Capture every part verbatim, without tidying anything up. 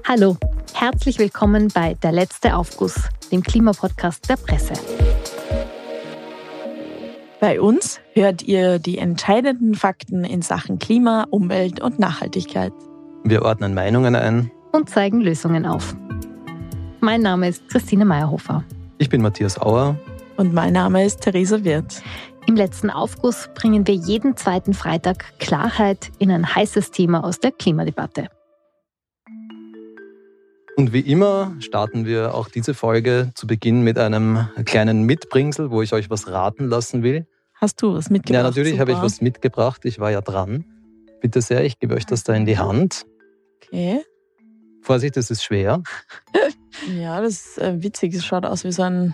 Hallo, herzlich willkommen bei Der letzte Aufguss, dem Klimapodcast der Presse. Bei uns hört ihr die entscheidenden Fakten in Sachen Klima, Umwelt und Nachhaltigkeit. Wir ordnen Meinungen ein und zeigen Lösungen auf. Mein Name ist Christine Meyerhofer. Ich bin Matthias Auer. Und mein Name ist Theresa Wirth. Im letzten Aufguss bringen wir jeden zweiten Freitag Klarheit in ein heißes Thema aus der Klimadebatte. Und wie immer starten wir auch diese Folge zu Beginn mit einem kleinen Mitbringsel, wo ich euch was raten lassen will. Hast du was mitgebracht? Ja, natürlich Super. habe ich was mitgebracht. Ich war ja dran. Bitte sehr, ich gebe euch das da in die Hand. Okay. Vorsicht, das ist schwer. Ja, das ist äh, witzig. Es schaut aus wie so ein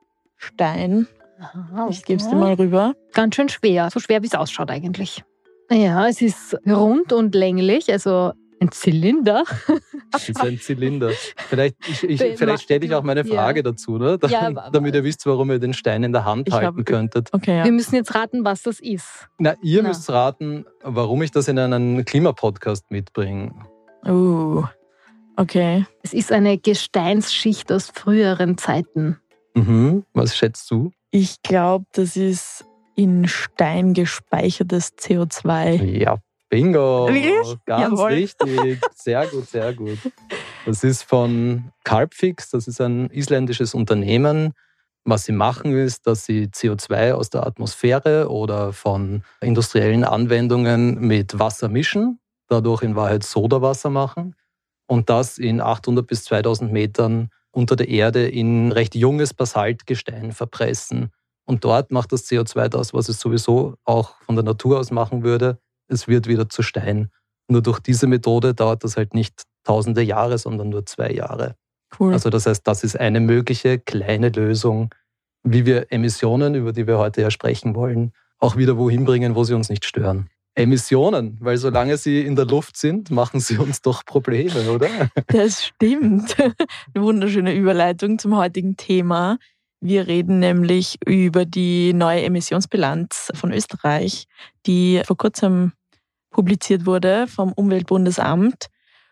Stein. Aha, ich gebe es dir mal rüber. Ganz schön schwer. So schwer, wie es ausschaut eigentlich. Ja, es ist rund und länglich, also ein Zylinder. Das ist ein Zylinder. Vielleicht, ich, ich, vielleicht stelle ich auch meine Frage ja. dazu, ne? Da, ja, damit ihr wisst, warum ihr den Stein in der Hand ich halten hab, könntet. Okay, ja. Wir müssen jetzt raten, was das ist. Na, ihr Na. müsst raten, warum ich das in einen Klimapodcast mitbringe. Uh, okay. Es ist eine Gesteinsschicht aus früheren Zeiten. Mhm. Was schätzt du? Ich glaube, das ist in Stein gespeichertes C O zwei. Ja, bingo. Wirklich? Ganz Jawohl. richtig. Sehr gut, sehr gut. Das ist von Carbfix. Das ist ein isländisches Unternehmen. Was sie machen ist, dass sie C O zwei aus der Atmosphäre oder von industriellen Anwendungen mit Wasser mischen, dadurch in Wahrheit Sodawasser machen und das in achthundert bis zweitausend Metern unter der Erde in recht junges Basaltgestein verpressen. Und dort macht das C O zwei das, was es sowieso auch von der Natur aus machen würde. Es wird wieder zu Stein. Nur durch diese Methode dauert das halt nicht tausende Jahre, sondern nur zwei Jahre. Cool. Also das heißt, das ist eine mögliche kleine Lösung, wie wir Emissionen, über die wir heute ja sprechen wollen, auch wieder wohin bringen, wo sie uns nicht stören. Emissionen, weil solange sie in der Luft sind, machen sie uns doch Probleme, oder? Das stimmt. Eine wunderschöne Überleitung zum heutigen Thema. Wir reden nämlich über die neue Emissionsbilanz von Österreich, die vor kurzem publiziert wurde vom Umweltbundesamt.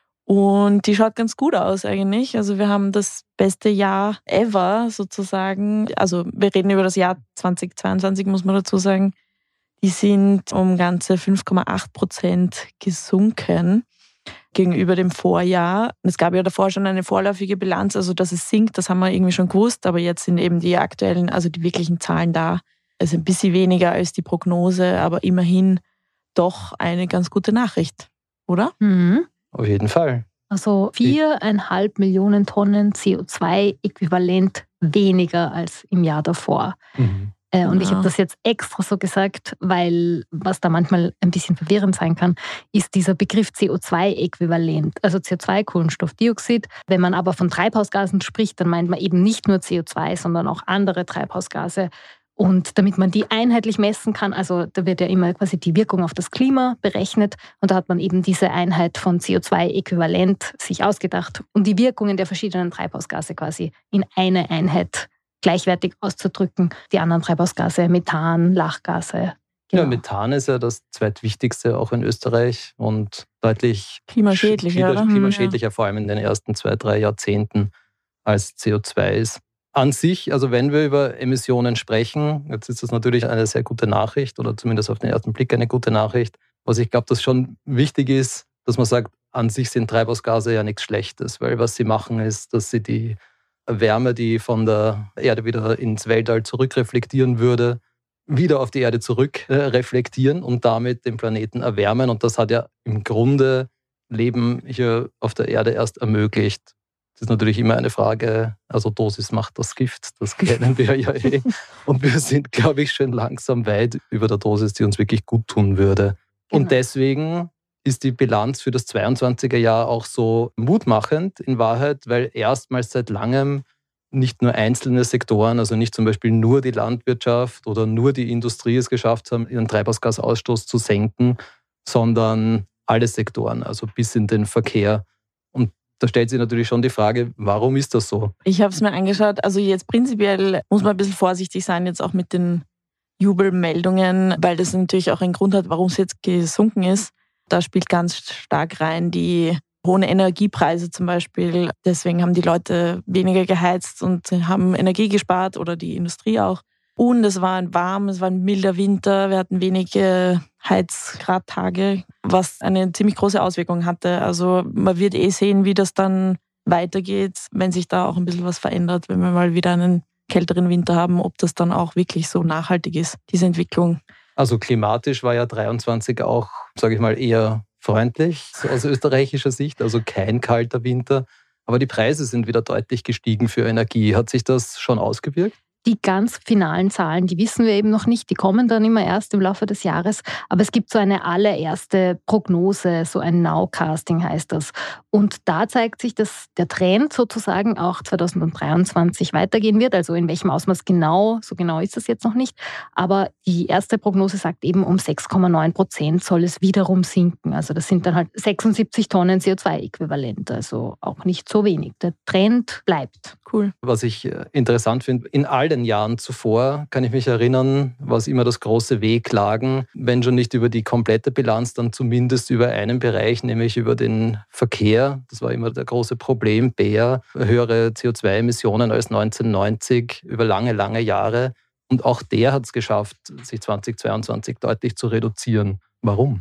Und die schaut ganz gut aus eigentlich. Also wir haben das beste Jahr ever sozusagen. Also wir reden über das Jahr zweitausendzweiundzwanzig, muss man dazu sagen. Die sind um ganze fünf Komma acht Prozent gesunken gegenüber dem Vorjahr. Es gab ja davor schon eine vorläufige Bilanz, also dass es sinkt, das haben wir irgendwie schon gewusst, aber jetzt sind eben die aktuellen, also die wirklichen Zahlen da. Also ein bisschen weniger als die Prognose, aber immerhin doch eine ganz gute Nachricht, oder? Mhm. Auf jeden Fall. Also viereinhalb Millionen Tonnen C O zwei Äquivalent weniger als im Jahr davor. Mhm. Und ich habe das jetzt extra so gesagt, weil was da manchmal ein bisschen verwirrend sein kann, ist dieser Begriff C O zwei Äquivalent, also C O zwei, Kohlenstoffdioxid. Wenn man aber von Treibhausgasen spricht, dann meint man eben nicht nur C O zwei, sondern auch andere Treibhausgase. Und damit man die einheitlich messen kann, also da wird ja immer quasi die Wirkung auf das Klima berechnet und da hat man eben diese Einheit von C O zwei Äquivalent sich ausgedacht, um die Wirkungen der verschiedenen Treibhausgase quasi in eine Einheit gleichwertig auszudrücken. Die anderen Treibhausgase, Methan, Lachgase. Genau. Ja, Methan ist ja das zweitwichtigste auch in Österreich und deutlich klimaschädlicher, sch- klimaschädlicher ja. vor allem in den ersten zwei, drei Jahrzehnten als C O zwei ist. An sich, also wenn wir über Emissionen sprechen, jetzt ist das natürlich eine sehr gute Nachricht oder zumindest auf den ersten Blick eine gute Nachricht. Was ich glaube, das schon wichtig ist, dass man sagt, an sich sind Treibhausgase ja nichts Schlechtes, weil was sie machen ist, dass sie die Wärme, die von der Erde wieder ins Weltall zurückreflektieren würde, wieder auf die Erde zurückreflektieren und damit den Planeten erwärmen. Und das hat ja im Grunde Leben hier auf der Erde erst ermöglicht. Das ist natürlich immer eine Frage, also Dosis macht das Gift, das kennen wir ja eh. Und wir sind, glaube ich, schon langsam weit über der Dosis, die uns wirklich gut tun würde. Genau. Und deswegen ist die Bilanz für das zweiundzwanziger Jahr auch so mutmachend in Wahrheit, weil erstmals seit langem nicht nur einzelne Sektoren, also nicht zum Beispiel nur die Landwirtschaft oder nur die Industrie es geschafft haben, ihren Treibhausgasausstoß zu senken, sondern alle Sektoren, also bis in den Verkehr. Und da stellt sich natürlich schon die Frage, warum ist das so? Ich habe es mir angeschaut, also jetzt prinzipiell muss man ein bisschen vorsichtig sein, jetzt auch mit den Jubelmeldungen, weil das natürlich auch einen Grund hat, warum es jetzt gesunken ist. Da spielt ganz stark rein die hohen Energiepreise zum Beispiel. Deswegen haben die Leute weniger geheizt und haben Energie gespart oder die Industrie auch. Und es war ein warm, es war ein milder Winter, wir hatten wenige Heizgradtage, was eine ziemlich große Auswirkung hatte. Also man wird eh sehen, wie das dann weitergeht, wenn sich da auch ein bisschen was verändert, wenn wir mal wieder einen kälteren Winter haben, ob das dann auch wirklich so nachhaltig ist, diese Entwicklung. Also klimatisch war ja dreiundzwanzig auch, sage ich mal, eher freundlich so aus österreichischer Sicht, also kein kalter Winter. Aber die Preise sind wieder deutlich gestiegen für Energie. Hat sich das schon ausgewirkt? Die ganz finalen Zahlen, die wissen wir eben noch nicht. Die kommen dann immer erst im Laufe des Jahres. Aber es gibt so eine allererste Prognose, so ein Nowcasting heißt das. Und da zeigt sich, dass der Trend sozusagen auch zweitausenddreiundzwanzig weitergehen wird. Also in welchem Ausmaß genau, so genau ist das jetzt noch nicht. Aber die erste Prognose sagt eben, um sechs Komma neun Prozent soll es wiederum sinken. Also das sind dann halt sechsundsiebzig Tonnen C O zwei Äquivalent. Also auch nicht so wenig. Der Trend bleibt. Cool. Was ich interessant finde, in all den Jahren zuvor, kann ich mich erinnern, war es immer das große Wehklagen, wenn schon nicht über die komplette Bilanz, dann zumindest über einen Bereich, nämlich über den Verkehr. Das war immer der große Problem, Bär, höhere C O zwei Emissionen als neunzehnhundertneunzig über lange, lange Jahre. Und auch der hat es geschafft, sich zweitausendzweiundzwanzig deutlich zu reduzieren. Warum?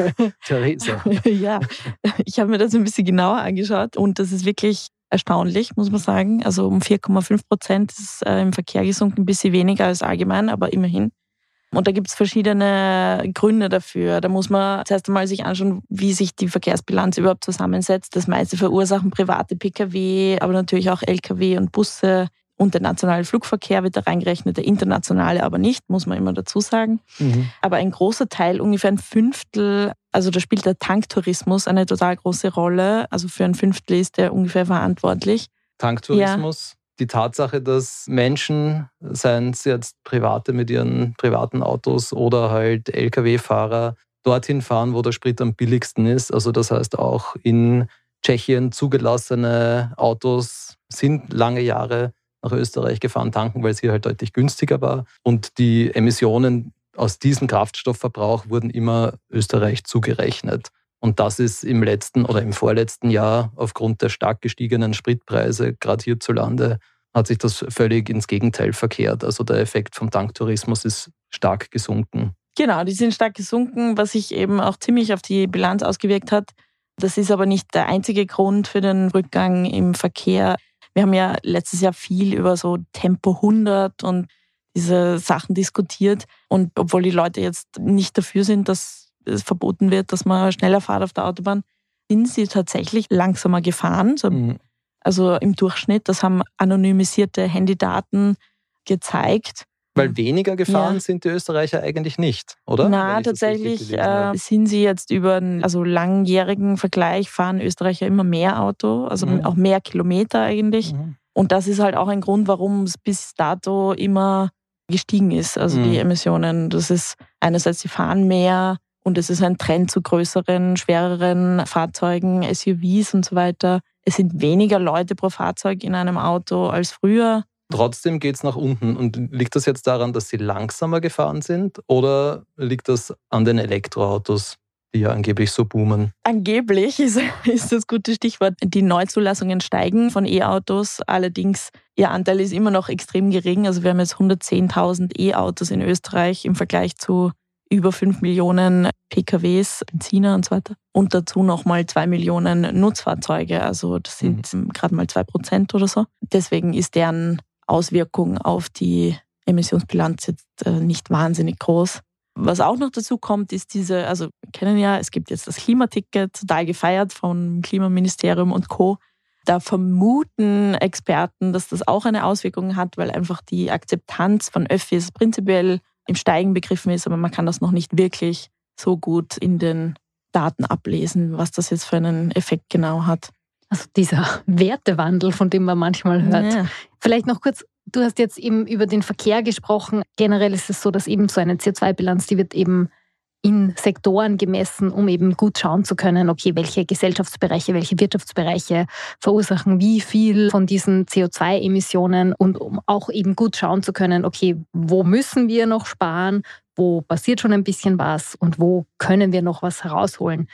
Theresa. Ja, ich habe mir das ein bisschen genauer angeschaut und das ist wirklich erstaunlich, muss man sagen. Also um vier Komma fünf Prozent ist äh, im Verkehr gesunken, ein bisschen weniger als allgemein, aber immerhin. Und da gibt es verschiedene Gründe dafür. Da muss man zuerst einmal sich anschauen, wie sich die Verkehrsbilanz überhaupt zusammensetzt. Das meiste verursachen private Pkw, aber natürlich auch Lkw und Busse. Und der nationale Flugverkehr wird da reingerechnet, der internationale aber nicht, muss man immer dazu sagen. Mhm. Aber ein großer Teil, ungefähr ein Fünftel, also da spielt der Tanktourismus eine total große Rolle. Also für ein Fünftel ist der ungefähr verantwortlich. Tanktourismus, ja. Die Tatsache, dass Menschen, seien es jetzt Private mit ihren privaten Autos oder halt Lkw-Fahrer, dorthin fahren, wo der Sprit am billigsten ist. Also das heißt auch in Tschechien zugelassene Autos sind lange Jahre nach Österreich gefahren tanken, weil es hier halt deutlich günstiger war. Und die Emissionen aus diesem Kraftstoffverbrauch wurden immer Österreich zugerechnet. Und das ist im letzten oder im vorletzten Jahr aufgrund der stark gestiegenen Spritpreise, gerade hierzulande, hat sich das völlig ins Gegenteil verkehrt. Also der Effekt vom Tanktourismus ist stark gesunken. Genau, die sind stark gesunken, was sich eben auch ziemlich auf die Bilanz ausgewirkt hat. Das ist aber nicht der einzige Grund für den Rückgang im Verkehr. Wir haben ja letztes Jahr viel über so Tempo hundert und diese Sachen diskutiert. Und obwohl die Leute jetzt nicht dafür sind, dass es verboten wird, dass man schneller fährt auf der Autobahn, sind sie tatsächlich langsamer gefahren. So, mhm. Also im Durchschnitt, das haben anonymisierte Handydaten gezeigt. Weil weniger gefahren ja. sind die Österreicher eigentlich nicht, oder? Na, tatsächlich äh, sind sie jetzt über einen also langjährigen Vergleich, fahren Österreicher immer mehr Auto, also mhm. auch mehr Kilometer eigentlich. Mhm. Und das ist halt auch ein Grund, warum es bis dato immer gestiegen ist, also mhm. die Emissionen. Das ist einerseits, sie fahren mehr und es ist ein Trend zu größeren, schwereren Fahrzeugen, S U Vs und so weiter. Es sind weniger Leute pro Fahrzeug in einem Auto als früher. Trotzdem geht es nach unten. Und liegt das jetzt daran, dass sie langsamer gefahren sind oder liegt das an den Elektroautos, die ja angeblich so boomen? Angeblich ist, ist das gute Stichwort. Die Neuzulassungen steigen von E-Autos. Allerdings, ihr Anteil ist immer noch extrem gering. Also wir haben jetzt hundertzehntausend E-Autos in Österreich im Vergleich zu über fünf Millionen Pkws, Benziner und so weiter. Und dazu nochmal zwei Millionen Nutzfahrzeuge. Also das sind mhm. gerade mal zwei Prozent oder so. Deswegen ist deren Auswirkung auf die Emissionsbilanz jetzt nicht wahnsinnig groß. Was auch noch dazu kommt, ist diese, also wir kennen ja, es gibt jetzt das Klimaticket, total gefeiert vom Klimaministerium und Co. Da vermuten Experten, dass das auch eine Auswirkung hat, weil einfach die Akzeptanz von Öffis prinzipiell im Steigen begriffen ist, aber man kann das noch nicht wirklich so gut in den Daten ablesen, was das jetzt für einen Effekt genau hat. Also dieser Wertewandel, von dem man manchmal hört. Ja. Vielleicht noch kurz, du hast jetzt eben über den Verkehr gesprochen. Generell ist es so, dass eben so eine C O zwei Bilanz, die wird eben in Sektoren gemessen, um eben gut schauen zu können, okay, welche Gesellschaftsbereiche, welche Wirtschaftsbereiche verursachen wie viel von diesen C O zwei Emissionen und um auch eben gut schauen zu können, okay, wo müssen wir noch sparen, wo passiert schon ein bisschen was und wo können wir noch was herausholen.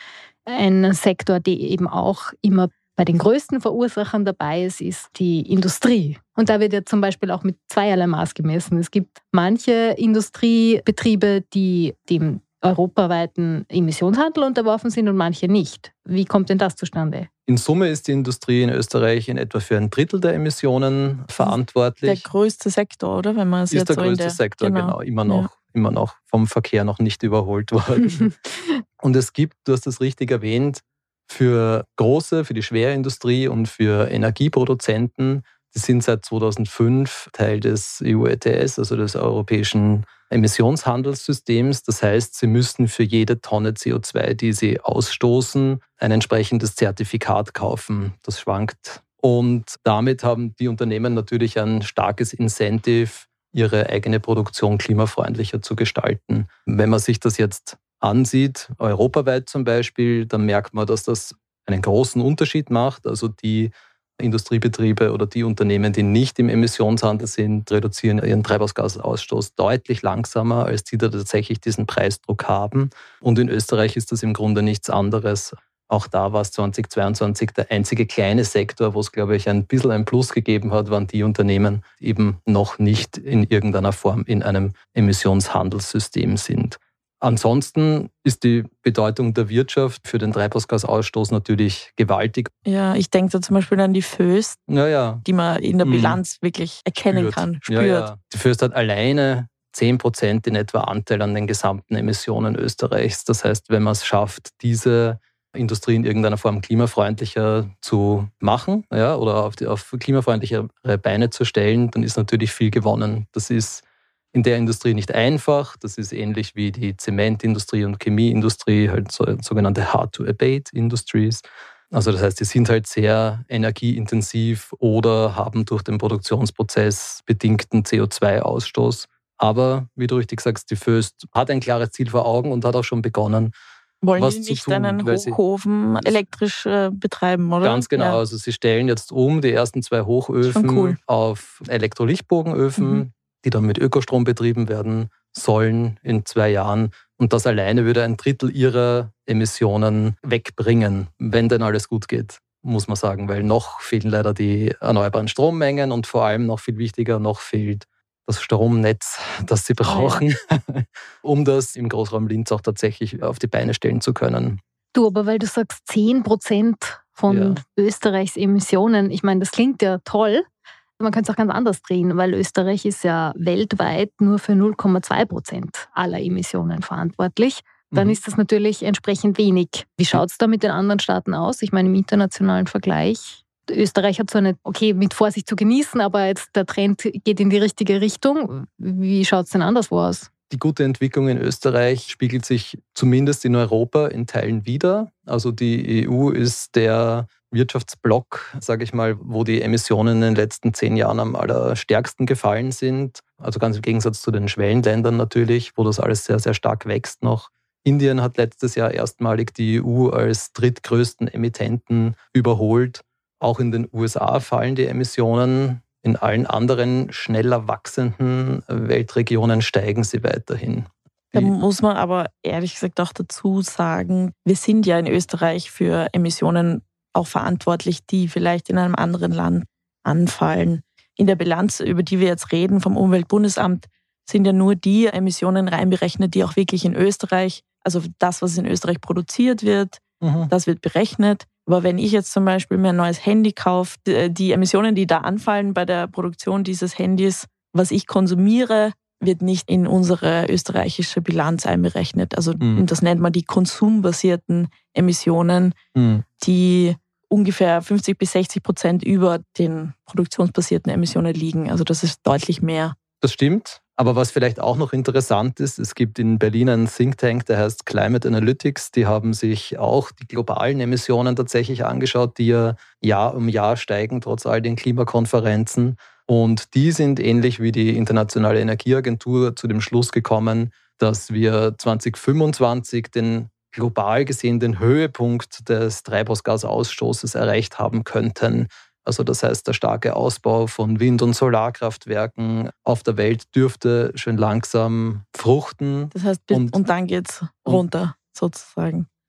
ein Sektor, der eben auch immer bei den größten Verursachern dabei ist, ist die Industrie. Und da wird ja zum Beispiel auch mit zweierlei Maß gemessen. Es gibt manche Industriebetriebe, die dem europaweiten Emissionshandel unterworfen sind und manche nicht. Wie kommt denn das zustande? In Summe ist die Industrie in Österreich in etwa für ein Drittel der Emissionen verantwortlich. Der größte Sektor, oder? Wenn man es ist jetzt der so größte der, Sektor, genau. genau. Immer noch, ja. immer noch vom Verkehr noch nicht überholt worden. Und es gibt, du hast das richtig erwähnt, für große, für die Schwerindustrie und für Energieproduzenten, die sind seit zweitausendfünf Teil des E U E T S, also des Europäischen Emissionshandelssystems. Das heißt, sie müssen für jede Tonne C O zwei, die sie ausstoßen, ein entsprechendes Zertifikat kaufen. Das schwankt. Und damit haben die Unternehmen natürlich ein starkes Incentive, ihre eigene Produktion klimafreundlicher zu gestalten. Wenn man sich das jetzt ansieht, europaweit zum Beispiel, dann merkt man, dass das einen großen Unterschied macht. Also die Industriebetriebe oder die Unternehmen, die nicht im Emissionshandel sind, reduzieren ihren Treibhausgasausstoß deutlich langsamer, als die, die tatsächlich diesen Preisdruck haben. Und in Österreich ist das im Grunde nichts anderes. Auch da war es zweitausendzweiundzwanzig der einzige kleine Sektor, wo es, glaube ich, ein bisschen ein Plus gegeben hat, waren die Unternehmen, die eben noch nicht in irgendeiner Form in einem Emissionshandelssystem sind. Ansonsten ist die Bedeutung der Wirtschaft für den Treibhausgasausstoß natürlich gewaltig. Ja, ich denke da zum Beispiel an die Föst, ja, ja. die man in der Bilanz hm. wirklich erkennen spürt. kann, spürt. Ja, ja. Die Föst hat alleine zehn Prozent in etwa Anteil an den gesamten Emissionen Österreichs. Das heißt, wenn man es schafft, diese Industrie in irgendeiner Form klimafreundlicher zu machen, ja, oder auf, die, auf klimafreundlichere Beine zu stellen, dann ist natürlich viel gewonnen. Das ist in der Industrie nicht einfach. Das ist ähnlich wie die Zementindustrie und Chemieindustrie, halt so, sogenannte Hard-to-Abate-Industries. Also das heißt, die sind halt sehr energieintensiv oder haben durch den Produktionsprozess bedingten C O zwei Ausstoß. Aber wie du richtig sagst, die Föst hat ein klares Ziel vor Augen und hat auch schon begonnen, Wollen was die zu nicht tun, einen weil sie- Hochofen elektrisch äh, betreiben, oder? Ganz genau. Ja. Also sie stellen jetzt um die ersten zwei Hochöfen Schon cool. auf Elektrolichtbogenöfen, Mhm. die dann mit Ökostrom betrieben werden sollen in zwei Jahren. Und das alleine würde ein Drittel ihrer Emissionen wegbringen, wenn denn alles gut geht, muss man sagen. Weil noch fehlen leider die erneuerbaren Strommengen und vor allem noch viel wichtiger, noch fehlt das Stromnetz, das sie brauchen, um das im Großraum Linz auch tatsächlich auf die Beine stellen zu können. Du, aber weil du sagst zehn Prozent von Ja. Österreichs Emissionen, ich meine, das klingt ja toll. Man könnte es auch ganz anders drehen, weil Österreich ist ja weltweit nur für null Komma zwei Prozent aller Emissionen verantwortlich. Dann Mhm. ist das natürlich entsprechend wenig. Wie schaut es da mit den anderen Staaten aus? Ich meine, im internationalen Vergleich. Österreich hat zwar nicht, okay, mit Vorsicht zu genießen, aber jetzt der Trend geht in die richtige Richtung. Wie schaut es denn anderswo aus? Die gute Entwicklung in Österreich spiegelt sich zumindest in Europa in Teilen wider. Also die E U ist der Wirtschaftsblock, sage ich mal, wo die Emissionen in den letzten zehn Jahren am allerstärksten gefallen sind. Also ganz im Gegensatz zu den Schwellenländern natürlich, wo das alles sehr, sehr stark wächst noch. Indien hat letztes Jahr erstmalig die E U als drittgrößten Emittenten überholt. Auch in den U S A fallen die Emissionen. In allen anderen schneller wachsenden Weltregionen steigen sie weiterhin. Da muss man aber ehrlich gesagt auch dazu sagen, wir sind ja in Österreich für Emissionen auch verantwortlich, die vielleicht in einem anderen Land anfallen. In der Bilanz, über die wir jetzt reden, vom Umweltbundesamt, sind ja nur die Emissionen reinberechnet, die auch wirklich in Österreich, also das, was in Österreich produziert wird, Mhm. das wird berechnet. Aber wenn ich jetzt zum Beispiel mir ein neues Handy kaufe, die Emissionen, die da anfallen bei der Produktion dieses Handys, was ich konsumiere, wird nicht in unsere österreichische Bilanz einberechnet. Also Mhm. das nennt man die konsumbasierten Emissionen, Mhm. die ungefähr fünfzig bis sechzig Prozent über den produktionsbasierten Emissionen liegen. Also das ist deutlich mehr. Das stimmt. Aber was vielleicht auch noch interessant ist, es gibt in Berlin einen Think Tank, der heißt Climate Analytics. Die haben sich auch die globalen Emissionen tatsächlich angeschaut, die ja Jahr um Jahr steigen, trotz all den Klimakonferenzen. Und die sind ähnlich wie die Internationale Energieagentur zu dem Schluss gekommen, dass wir zwanzig fünfundzwanzig den global gesehen den Höhepunkt des Treibhausgasausstoßes erreicht haben könnten. Also das heißt, der starke Ausbau von Wind- und Solarkraftwerken auf der Welt dürfte schön langsam fruchten. Das heißt, bis, Und- und, dann geht es und- runter, sozusagen.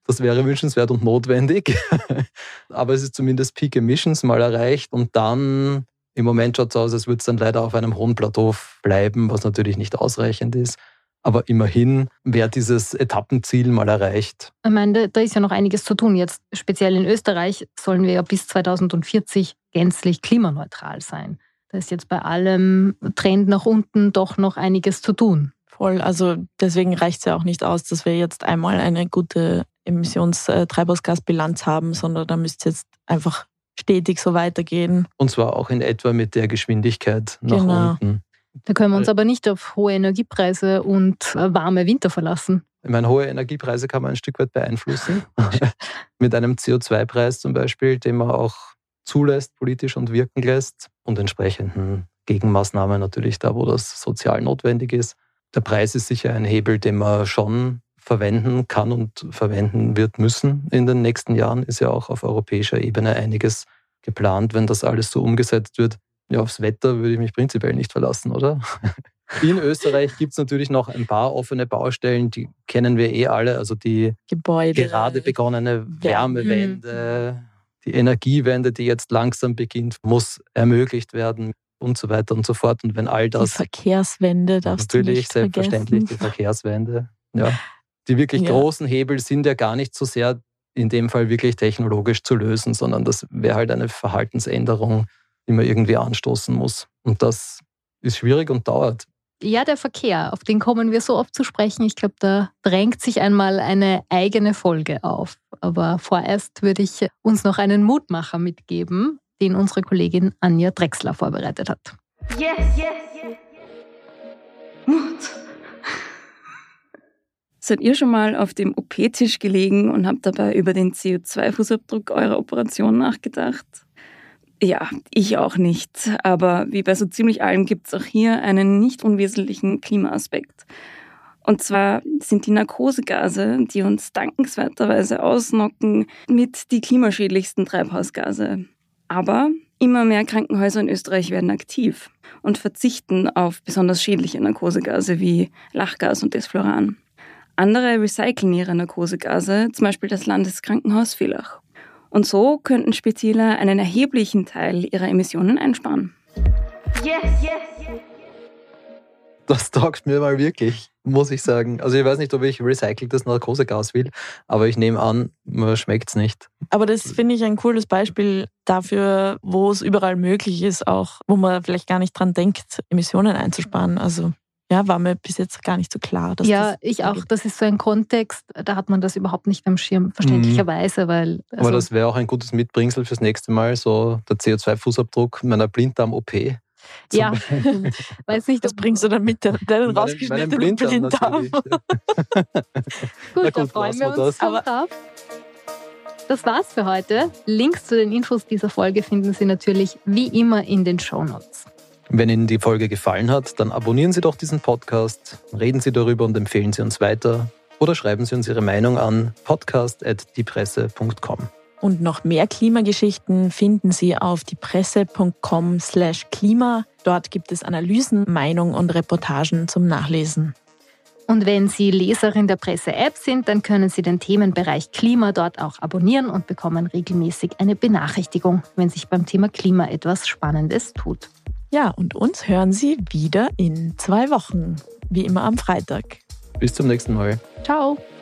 Das wäre wünschenswert und notwendig. Aber es ist zumindest Peak Emissions mal erreicht. Und dann, im Moment schaut es aus, als würde es dann leider auf einem hohen Plateau bleiben, was natürlich nicht ausreichend ist. Aber immerhin wäre dieses Etappenziel mal erreicht. Ich meine, da ist ja noch einiges zu tun. Jetzt speziell in Österreich sollen wir ja bis zweitausendvierzig gänzlich klimaneutral sein. Da ist jetzt bei allem Trend nach unten doch noch einiges zu tun. Voll, also deswegen reicht es ja auch nicht aus, dass wir jetzt einmal eine gute Emissionstreibhausgasbilanz haben, sondern da müsste es jetzt einfach stetig so weitergehen. Und zwar auch in etwa mit der Geschwindigkeit nach genau. unten. Da können wir uns aber nicht auf hohe Energiepreise und warme Winter verlassen. Ich meine, hohe Energiepreise kann man ein Stück weit beeinflussen. Mit einem C O zwei Preis zum Beispiel, den man auch zulässt, politisch und wirken lässt. Und entsprechenden Gegenmaßnahmen natürlich da, wo das sozial notwendig ist. Der Preis ist sicher ein Hebel, den man schon verwenden kann und verwenden wird müssen in den nächsten Jahren. Ist ja auch auf europäischer Ebene einiges geplant, wenn das alles so umgesetzt wird. Ja, aufs Wetter würde ich mich prinzipiell nicht verlassen, oder? In Österreich gibt es natürlich noch ein paar offene Baustellen, die kennen wir eh alle. Also die Gebäude, gerade begonnene Wärmewende, mhm. die Energiewende, die jetzt langsam beginnt, muss ermöglicht werden und so weiter und so fort. Und wenn all das... Die Verkehrswende darfst du nicht vergessen. Natürlich, selbstverständlich, die Verkehrswende. Ja. Die wirklich ja. großen Hebel sind ja gar nicht so sehr in dem Fall wirklich technologisch zu lösen, sondern das wäre halt eine Verhaltensänderung, die man irgendwie anstoßen muss. Und das ist schwierig und dauert. Ja, der Verkehr, auf den kommen wir so oft zu sprechen. Ich glaube, da drängt sich einmal eine eigene Folge auf. Aber vorerst würde ich uns noch einen Mutmacher mitgeben, den unsere Kollegin Anja Drechsler vorbereitet hat. Yes, yes, yes. Mut. Seid ihr schon mal auf dem O P-Tisch gelegen und habt dabei über den C O zwei Fußabdruck eurer Operation nachgedacht? Ja, ich auch nicht. Aber wie bei so ziemlich allem gibt es auch hier einen nicht unwesentlichen Klimaaspekt. Und zwar sind die Narkosegase, die uns dankenswerterweise ausnocken, mit die klimaschädlichsten Treibhausgase. Aber immer mehr Krankenhäuser in Österreich werden aktiv und verzichten auf besonders schädliche Narkosegase wie Lachgas und Desfluran. Andere recyceln ihre Narkosegase, zum Beispiel das Landeskrankenhaus Villach. Und so könnten Spitaler einen erheblichen Teil ihrer Emissionen einsparen. Yes, yes, yes. Das taugt mir mal wirklich, muss ich sagen. Also ich weiß nicht, ob ich recyceltes Narkosegas will, aber ich nehme an, mir schmeckt es nicht. Aber das finde ich ein cooles Beispiel dafür, wo es überall möglich ist, auch wo man vielleicht gar nicht dran denkt, Emissionen einzusparen. Also ja, war mir bis jetzt gar nicht so klar. Dass ja, das ich auch. Das ist so ein Kontext, da hat man das überhaupt nicht am Schirm, verständlicherweise. Weil, also aber das wäre auch ein gutes Mitbringsel fürs nächste Mal, so der C O zwei Fußabdruck meiner Blinddarm-O P. Ja, weiß nicht. Das bringst du dann mit, deinen rausgeschnittenen Blinddarm. Blinddarm gut, gut, da freuen wir uns das. drauf. Das war's für heute. Links zu den Infos dieser Folge finden Sie natürlich wie immer in den Shownotes. Wenn Ihnen die Folge gefallen hat, dann abonnieren Sie doch diesen Podcast, reden Sie darüber und empfehlen Sie uns weiter oder schreiben Sie uns Ihre Meinung an podcast at diepresse punkt com. Und noch mehr Klimageschichten finden Sie auf diepresse punkt com slash klima. Dort gibt es Analysen, Meinungen und Reportagen zum Nachlesen. Und wenn Sie Leserin der Presse-App sind, dann können Sie den Themenbereich Klima dort auch abonnieren und bekommen regelmäßig eine Benachrichtigung, wenn sich beim Thema Klima etwas Spannendes tut. Ja, und uns hören Sie wieder in zwei Wochen, wie immer am Freitag. Bis zum nächsten Mal. Ciao.